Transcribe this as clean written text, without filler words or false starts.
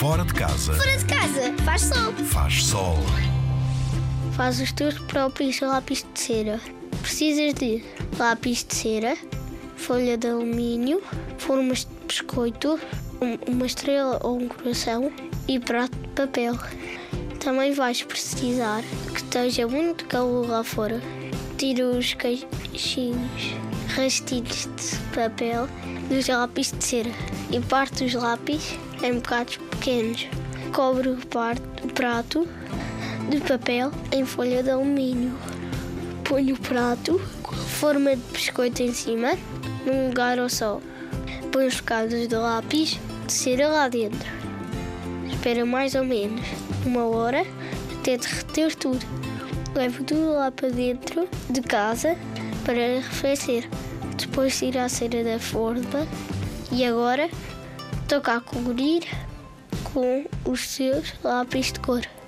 Fora de casa. Fora de casa, faz sol. Faz sol. Faz os teus próprios lápis de cera. Precisas de lápis de cera, folha de alumínio, formas de biscoito, uma estrela ou um coração e prato de papel. Também vais precisar que esteja muito calor lá fora. Tira os caixinhos rastilhos de papel dos lápis de cera e parte os lápis em bocados pequenos. Cobre o prato de papel em folha de alumínio. Põe o prato com forma de biscoito em cima, num lugar ao sol. Põe os bocados de lápis de cera lá dentro. Espera mais ou menos 1 hora até derreter tudo. Leva tudo lá para dentro de casa para arrefecer. Depois tira a cera da forma e agora toca a colorir com os seus lápis de cor.